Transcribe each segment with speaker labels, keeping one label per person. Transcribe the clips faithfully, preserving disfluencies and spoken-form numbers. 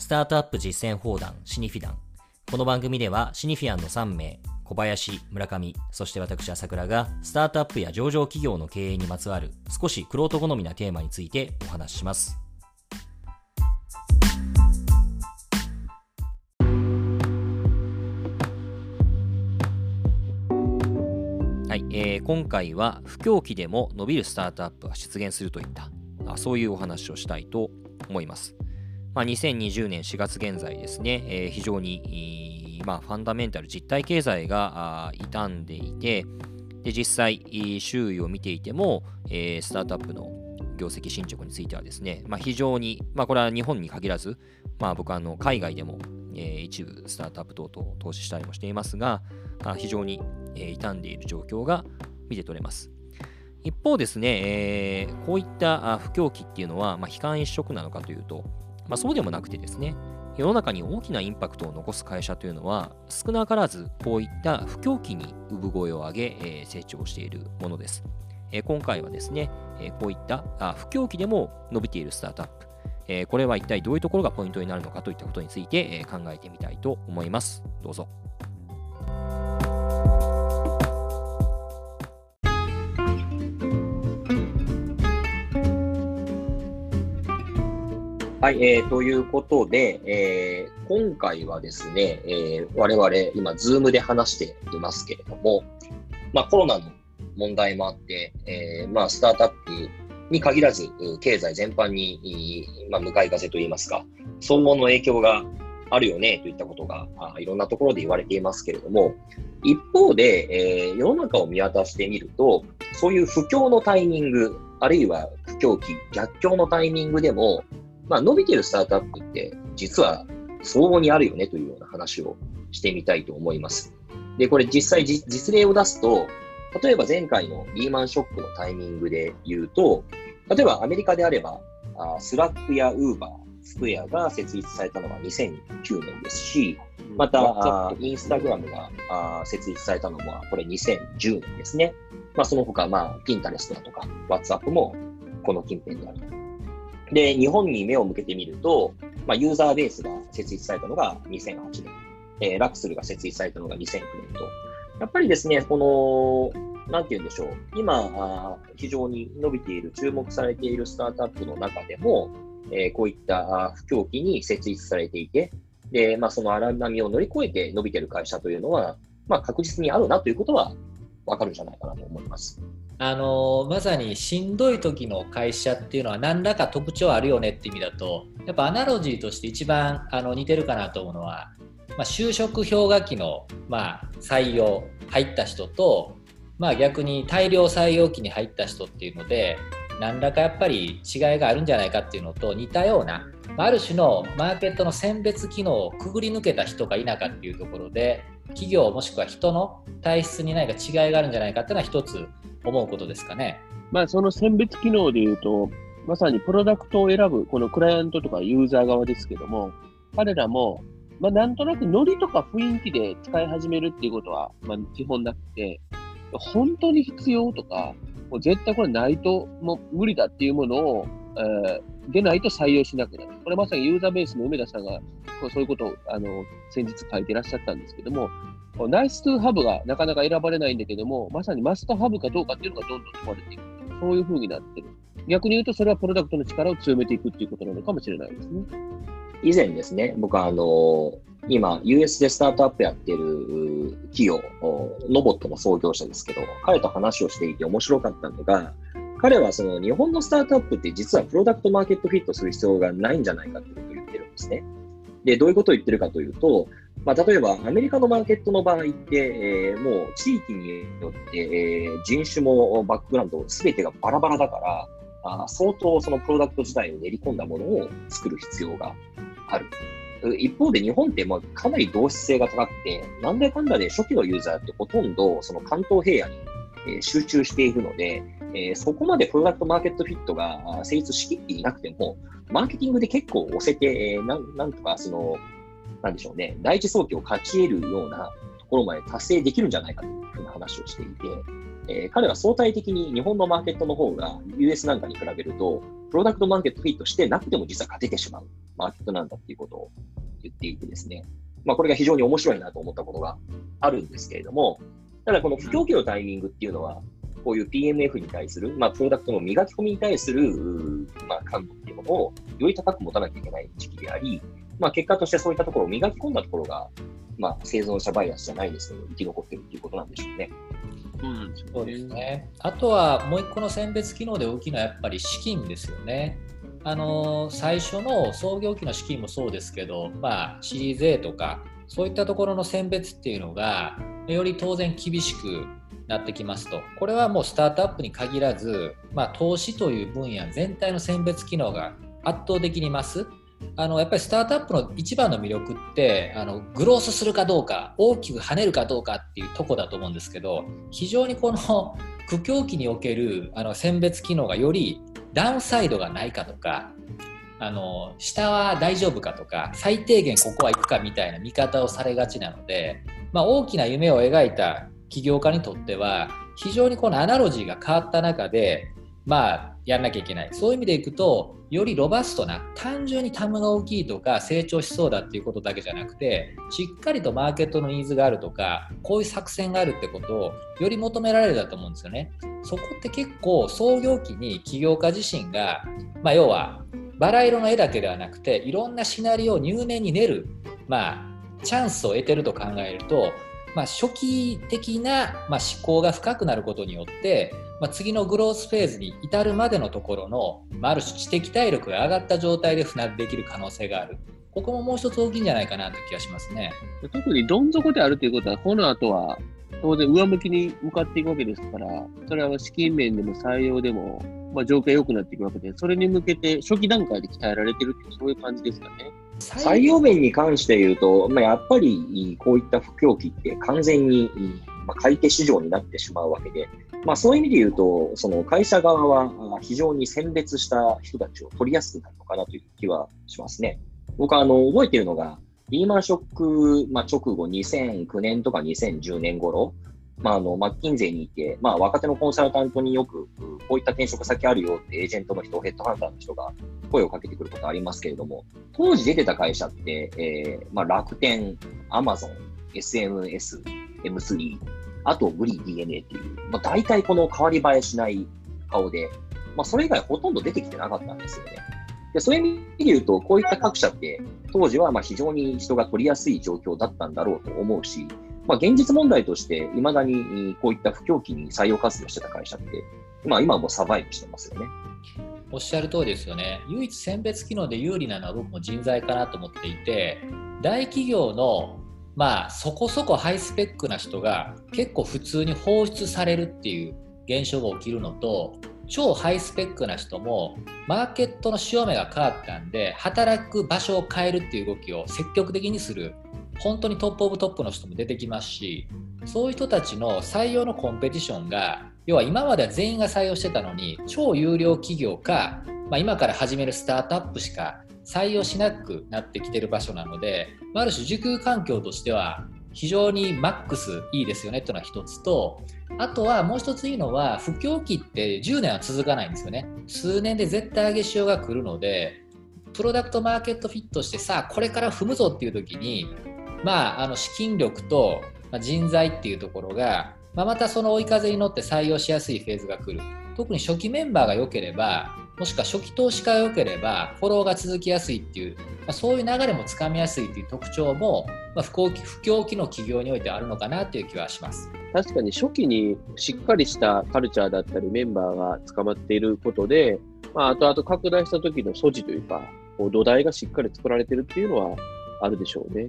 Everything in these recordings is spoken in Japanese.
Speaker 1: スタートアップ実践砲弾シニフィダン。この番組ではシニフィアンのさんめい、小林、村上、そして私朝倉がスタートアップや上場企業の経営にまつわる少し玄人好みなテーマについてお話しします。はい、えー、今回は不況期でも伸びるスタートアップが出現するといったあそういうお話をしたいと思います。まあ、にせんにじゅうねんしがつ現在ですね、えー、非常に、まあ、ファンダメンタル実体経済が傷んでいて、で実際周囲を見ていても、えー、スタートアップの業績進捗についてはですね、まあ、非常に、まあ、これは日本に限らず、まあ、僕はあの海外でも、えー、一部スタートアップ等々投資したりもしていますが、まあ、非常に、えー、傷んでいる状況が見て取れます。一方ですね、えー、こういった不況期っていうのは、まあ、悲観一色なのかというと、まあ、そうでもなくてですね、世の中に大きなインパクトを残す会社というのは、少なからずこういった不況期に産声を上げ、えー、成長しているものです。えー、今回はですね、えー、こういったあ不況期でも伸びているスタートアップ、えー、これは一体どういうところがポイントになるのかといったことについて、えー、考えてみたいと思います。どうぞ。
Speaker 2: はい、えー、ということで、えー、今回はですね、えー、我々今、ズームで話していますけれども、まあ、コロナの問題もあって、えーまあ、スタートアップに限らず、経済全般に、まあ、向かい風といいますか、騒音の影響があるよねといったことがあいろんなところで言われていますけれども、一方で、えー、世の中を見渡してみると、そういう不況のタイミング、あるいは不況期、逆境のタイミングでも、まあ、伸びているスタートアップって実は相互にあるよねというような話をしてみたいと思います。で、これ実際実例を出すと、例えば前回のリーマンショックのタイミングで言うと、例えばアメリカであれば、スラックやウーバー、スクエアが設立されたのはにせんきゅうねんですし、また、インスタグラムが設立されたのもこれにせんじゅうねんですね。まあ、その他、まあ、ピンタレストだとか、ワッツアップもこの近辺であると。で、日本に目を向けてみると、まあ、ユーザーベースが設立されたのがにせんはちねん、えー、ラクスルが設立されたのがにせんきゅうねんと、やっぱりですね、この、なんて言うんでしょう、今、非常に伸びている、注目されているスタートアップの中でも、えー、こういった不況期に設立されていて、で、まあ、その荒波を乗り越えて伸びている会社というのは、まあ、確実にあるなということはわかるんじゃないかなと思います。
Speaker 3: あのまさにしんどい時の会社っていうのは何らか特徴あるよねって意味だと、やっぱアナロジーとして一番あの似てるかなと思うのは、まあ、就職氷河期の、まあ、採用入った人と、まあ、逆に大量採用期に入った人っていうので何らかやっぱり違いがあるんじゃないかっていうのと似たような、ある種のマーケットの選別機能をくぐり抜けた人か否かっていうところで、企業もしくは人の体質に何か違いがあるんじゃないかっていうのは一つ思うことですかね。
Speaker 4: まあ、その選別機能でいうと、まさにプロダクトを選ぶ、このクライアントとかユーザー側ですけども、彼らも、まあ、なんとなくノリとか雰囲気で使い始めるっていうことは、まあ、基本なくて、本当に必要とか、もう絶対これないともう無理だっていうものを、えー、でないと採用しなくなる。これまさにユーザーベースの梅田さんがそういうことをあの先日書いてらっしゃったんですけども、ナイストゥーハブがなかなか選ばれないんだけども、まさにマストハブかどうかっていうのがどんどん問われていく。そういう風になってる。逆に言うと、それはプロダクトの力を強めていくっていうことなのかもしれないですね。
Speaker 2: 以前ですね、僕はあの、今、ユーエス でスタートアップやってる企業、ロボットの創業者ですけど、彼と話をしていて面白かったのが、彼はその日本のスタートアップって実はプロダクトマーケットフィットする必要がないんじゃないかということを言ってるんですね。で、どういうことを言ってるかというと、まあ、例えばアメリカのマーケットの場合って、えー、もう地域によって、えー、人種もバックグラウンドすべてがバラバラだから、あ相当そのプロダクト自体を練り込んだものを作る必要がある。一方で日本ってまあかなり同質性が高くて、なんだかんだで初期のユーザーってほとんどその関東平野に、えー、集中しているので、えー、そこまでプロダクトマーケットフィットが成立しきっていなくても、マーケティングで結構押せて、えー、なん、なんとかその、なんでしょうね、第一早期を勝ち得るようなところまで達成できるんじゃないかというふうな話をしていて、えー、彼は相対的に日本のマーケットの方が ユーエス なんかに比べると、プロダクトマーケットフィットしてなくても実は勝ててしまうマーケットなんだっていうことを言っていてですね、まあ、これが非常に面白いなと思ったことがあるんですけれども、ただこの不況期のタイミングっていうのは、こういう ピーエムエフ に対する、まあ、プロダクトの磨き込みに対する、まあ、感度っていうものをより高く持たなきゃいけない時期であり、まあ、結果としてそういったところを磨き込んだところが、まあ、生存者バイアスじゃないですけど、生き残っているということなんでしょうね。
Speaker 3: うん、そうですね。あとはもう一個の選別機能で大きいのはやっぱり資金ですよね。あの最初の創業期の資金もそうですけど、まあ、シリーズ A とかそういったところの選別っていうのがより当然厳しくなってきますと、これはもうスタートアップに限らず、まあ、投資という分野全体の選別機能が圧倒的に増す。あのやっぱりスタートアップの一番の魅力ってあのグロースするかどうか大きく跳ねるかどうかっていうとこだと思うんですけど、非常にこの苦境期におけるあの選別機能がよりダウンサイドがないかとか、あの下は大丈夫かとか最低限ここは行くかみたいな見方をされがちなので、まあ、大きな夢を描いた起業家にとっては非常にこのアナロジーが変わった中で、まあ、やんなきゃいけない。そういう意味でいくとよりロバストな、単純にタムが大きいとか成長しそうだっていうことだけじゃなくて、しっかりとマーケットのニーズがあるとかこういう作戦があるってことをより求められるだと思うんですよね。そこって結構創業期に起業家自身が、まあ、要はバラ色の絵だけではなくていろんなシナリオを入念に練る、まあ、チャンスを得てると考えると、まあ、初期的な、まあ、思考が深くなることによって、まあ、次のグロースフェーズに至るまでのところの、まあ、ある種知的体力が上がった状態で船出できる可能性がある。ここももう一つ大きいんじゃないかなという気がしますね。
Speaker 4: 特にどん底であるということは、この後は当然上向きに向かっていくわけですから、それは資金面でも採用でも、まあ、条件良くなっていくわけで、それに向けて初期段階で鍛えられてるっていう、そういう感じですかね。
Speaker 2: 採用面に関して言うと、まあ、やっぱりこういった不況期って完全に買い手市場になってしまうわけで、まあ、そういう意味で言うと、その会社側は非常に選別した人たちを取りやすくなるのかなという気はしますね。僕はあの覚えているのが、リーマンショック、まあ、直後にせんきゅうねんとかにせんじゅうねん頃、まあ、あのマッキンゼーにいて、まあ、若手のコンサルタントによくこういった転職先あるよってエージェントの人、ヘッドハンターの人が声をかけてくることありますけれども、当時出てた会社って、えーまあ、楽天、アマゾン、エスエヌエス、エムスリー、あとブリ ディーエヌエー っていう、まあ、大体この変わり映えしない顔で、まあ、それ以外ほとんど出てきてなかったんですよね。でそういう意味で言うと、こういった各社って当時はまあ非常に人が取りやすい状況だったんだろうと思うし、まあ、現実問題として未だにこういった不況期に採用活動してた会社って、まあ、今はもうサバイブしてますよね。
Speaker 3: おっしゃる通りですよね。唯一選別機能で有利なのは僕も人材かなと思っていて、大企業のまあそこそこハイスペックな人が結構普通に放出されるっていう現象が起きるのと、超ハイスペックな人もマーケットの潮目が変わったんで働く場所を変えるっていう動きを積極的にする、本当にトップオブトップの人も出てきますし、そういう人たちの採用のコンペティションが、要は今までは全員が採用してたのに超有料企業か、まあ、今から始めるスタートアップしか採用しなくなってきてる場所なので、ある種受給環境としては非常にマックスいいですよねというのが一つと、あとはもう一ついいのは、不況期ってじゅうねんは続かないんですよね。数年で絶対上げ潮が来るので、プロダクトマーケットフィットしてさあこれから踏むぞっていう時に、まあ、あの資金力と人材っていうところが、まあ、またその追い風に乗って採用しやすいフェーズが来る。特に初期メンバーが良ければ、もしくは初期投資家が良ければフォローが続きやすいっていう、まあ、そういう流れもつかみやすいっていう特徴も、まあ、不況期、不況期の企業においてあるのかなという気はします。
Speaker 4: 確かに初期にしっかりしたカルチャーだったりメンバーが捕まっていることで、まあ、後々拡大した時の素地というかこう土台がしっかり作られているっていうのはあるでしょうね。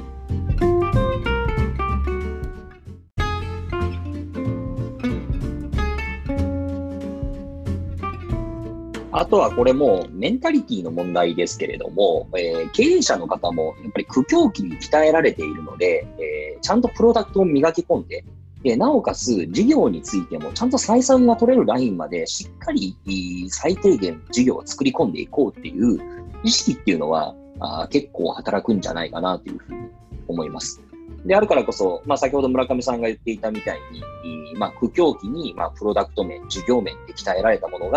Speaker 2: あとはこれもメンタリティの問題ですけれども、えー、経営者の方もやっぱり苦境期に鍛えられているので、えー、ちゃんとプロダクトを磨き込んで、でなおかつ事業についてもちゃんと採算が取れるラインまでしっかり最低限事業を作り込んでいこうっていう意識っていうのはあ結構働くんじゃないかなというふうに思います。であるからこそ、まあ、先ほど村上さんが言っていたみたいに、まあ、苦境期にまあプロダクト面、事業面で鍛えられたものが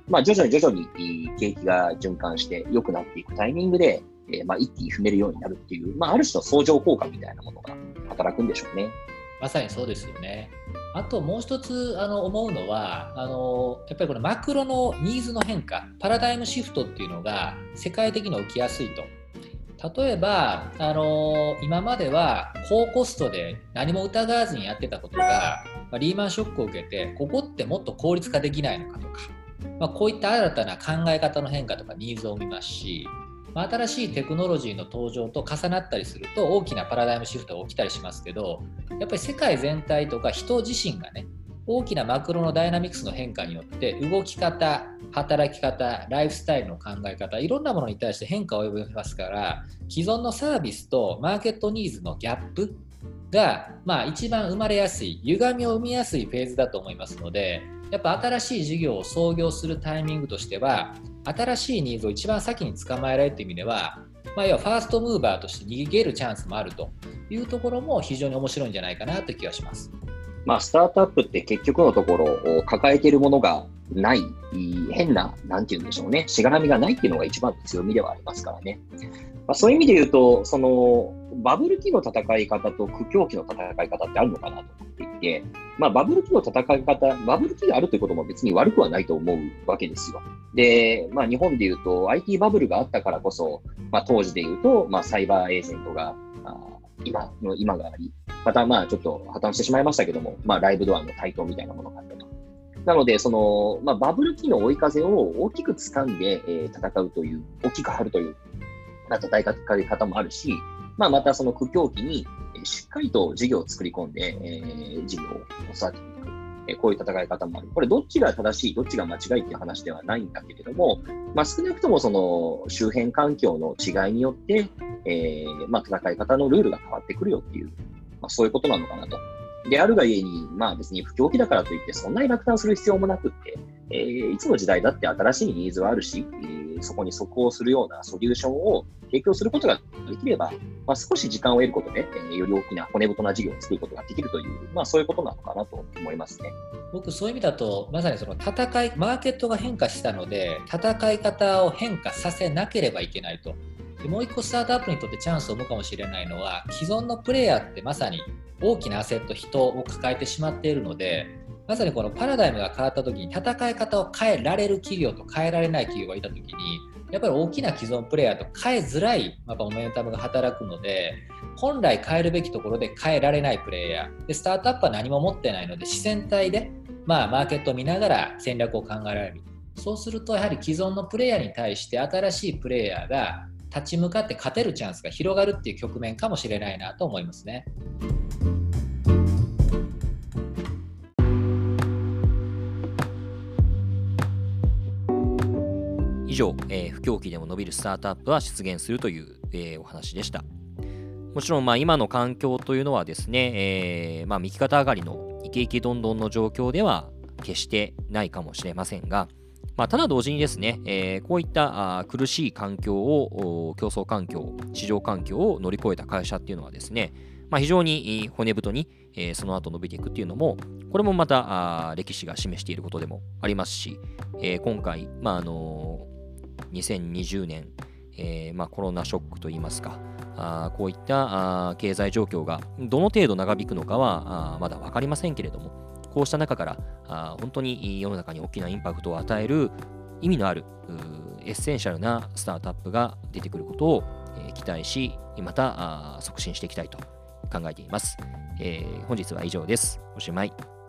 Speaker 2: まあ、徐々に徐々に景気が循環して良くなっていくタイミングで、えー、まあ、一気に踏めるようになるっていう、まあ、ある種の相乗効果みたいなものが働くんでしょうね。
Speaker 3: まさにそうですよね。あともう一つあの思うのはあのやっぱりこのマクロのニーズの変化、パラダイムシフトっていうのが世界的に起きやすいと。例えばあの今までは高コストで何も疑わずにやってたことが、まあ、リーマンショックを受けてここってもっと効率化できないのかとか、まあ、こういった新たな考え方の変化とかニーズを見ますし、まあ、新しいテクノロジーの登場と重なったりすると大きなパラダイムシフトが起きたりしますけど、やっぱり世界全体とか人自身がね、大きなマクロのダイナミクスの変化によって動き方、働き方、ライフスタイルの考え方、いろんなものに対して変化を及びますから、既存のサービスとマーケットニーズのギャップが、まあ、一番生まれやすい、歪みを生みやすいフェーズだと思いますので、やっぱ新しい事業を創業するタイミングとしては、新しいニーズを一番先に捕まえられるという意味では、まあ、要はファーストムーバーとして逃げるチャンスもあるというところも非常に面白いんじゃないかなという気がします。
Speaker 2: まあ、スタートアップって結局のところ抱えているものがない、変な、なんていうんでしょうね、しがらみがないっていうのが一番の強みではありますからね。まあ、そういう意味で言うと、そのバブル期の戦い方と苦境期の戦い方ってあるのかなと思っていて、まあ、バブル期の戦い方、バブル期があるということも別に悪くはないと思うわけですよ。で、まあ、日本で言うと アイティー バブルがあったからこそ、まあ、当時で言うと、まあ、サイバーエージェントが今の今があり、またまあちょっと破綻してしまいましたけども、まあ、ライブドアの台頭みたいなものがあったと。なので、その、まあ、バブル期の追い風を大きく掴んで、えー、戦うという、大きく張るという、まあ、戦い方もあるし、まあ、またその苦境期に、えー、しっかりと事業を作り込んで、えー、事業を育てていく、えー。こういう戦い方もある。これ、どっちが正しい、どっちが間違いっていう話ではないんだけれども、まあ、少なくともその周辺環境の違いによって、えーまあ、戦い方のルールが変わってくるよっていう、まあ、そういうことなのかなと。であるがゆえに、まあ別に不況期だからといってそんなに落胆する必要もなくって、えー、いつの時代だって新しいニーズはあるし、えー、そこに即応するようなソリューションを提供することができれば、まあ、少し時間を得ることで、えー、より大きな骨太な事業を作ることができるという、まあそういうことなのかなと思いますね。
Speaker 3: 僕そういう意味だと、まさにその戦い、マーケットが変化したので、戦い方を変化させなければいけないと。でもう一個スタートアップにとってチャンスを生むかもしれないのは、既存のプレイヤーってまさに大きなアセット、人を抱えてしまっているので、まさにこのパラダイムが変わった時に戦い方を変えられる企業と変えられない企業がいた時に、やっぱり大きな既存プレイヤーと変えづらいやっぱモメンタムが働くので、本来変えるべきところで変えられないプレイヤーで、スタートアップは何も持ってないので自然体で、まあ、マーケットを見ながら戦略を考えられる。そうするとやはり既存のプレイヤーに対して新しいプレイヤーが立ち向かって勝てるチャンスが広がるっていう局面かもしれないなと思いますね。
Speaker 1: 以上、えー、不況期でも伸びるスタートアップは出現するという、えー、お話でした。もちろんまあ今の環境というのはですね、えーまあ、右肩上がりのイケイケどんどんの状況では決してないかもしれませんが、まあ、ただ同時にですね、えー、こういったあ苦しい環境を、競争環境、市場環境を乗り越えた会社っていうのはですね、まあ、非常に骨太に、えー、その後伸びていくっていうのも、これもまたあ歴史が示していることでもありますし、えー、今回、まああのー、にせんにじゅうねん、えーまあ、コロナショックといいますか、あこういったあ経済状況がどの程度長引くのかはあまだ分かりませんけれども、こうした中からあ本当に世の中に大きなインパクトを与える意味のあるエッセンシャルなスタートアップが出てくることを、えー、期待し、またあ促進していきたいと考えています。えー、本日は以上です。おしまい。